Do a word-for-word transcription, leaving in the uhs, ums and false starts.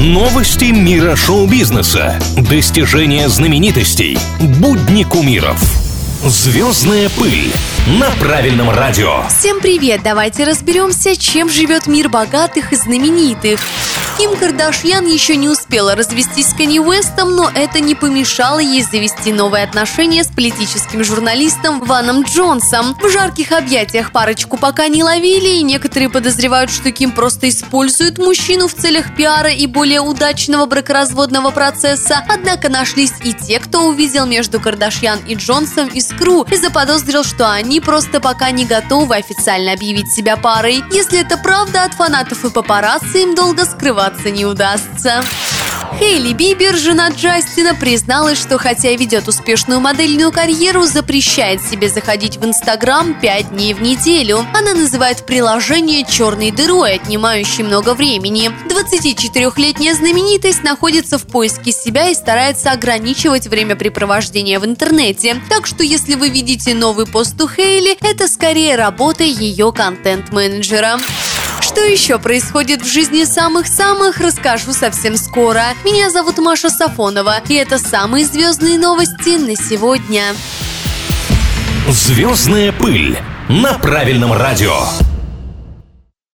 Новости мира шоу-бизнеса, достижения знаменитостей, будни кумиров. Звездная пыль на правильном радио. Всем привет! Давайте разберемся, чем живет мир богатых и знаменитых. Ким Кардашьян еще не успела развестись с Канье Уэстом, но это не помешало ей завести новые отношения с политическим журналистом Ваном Джонсом. В жарких объятиях парочку пока не ловили, и некоторые подозревают, что Ким просто использует мужчину в целях пиара и более удачного бракоразводного процесса. Однако нашлись и те, кто увидел между Кардашьян и Джонсом искру и заподозрил, что они просто пока не готовы официально объявить себя парой. Если это правда, от фанатов и папарацци им долго скрываться не удастся. Хейли Бибер, жена Джастина, призналась, что хотя и ведет успешную модельную карьеру, запрещает себе заходить в Инстаграм пять дней в неделю. Она называет приложение черной дырой, отнимающей много времени. двадцатичетырехлетняя знаменитость находится в поиске себя и старается ограничивать времяпрепровождение в интернете. Так что если вы видите новый пост у Хейли, это скорее работа ее контент-менеджера. Что еще происходит в жизни самых-самых, расскажу совсем скоро. Меня зовут Маша Сафонова, и это самые звездные новости на сегодня. Звездная пыль на правильном радио.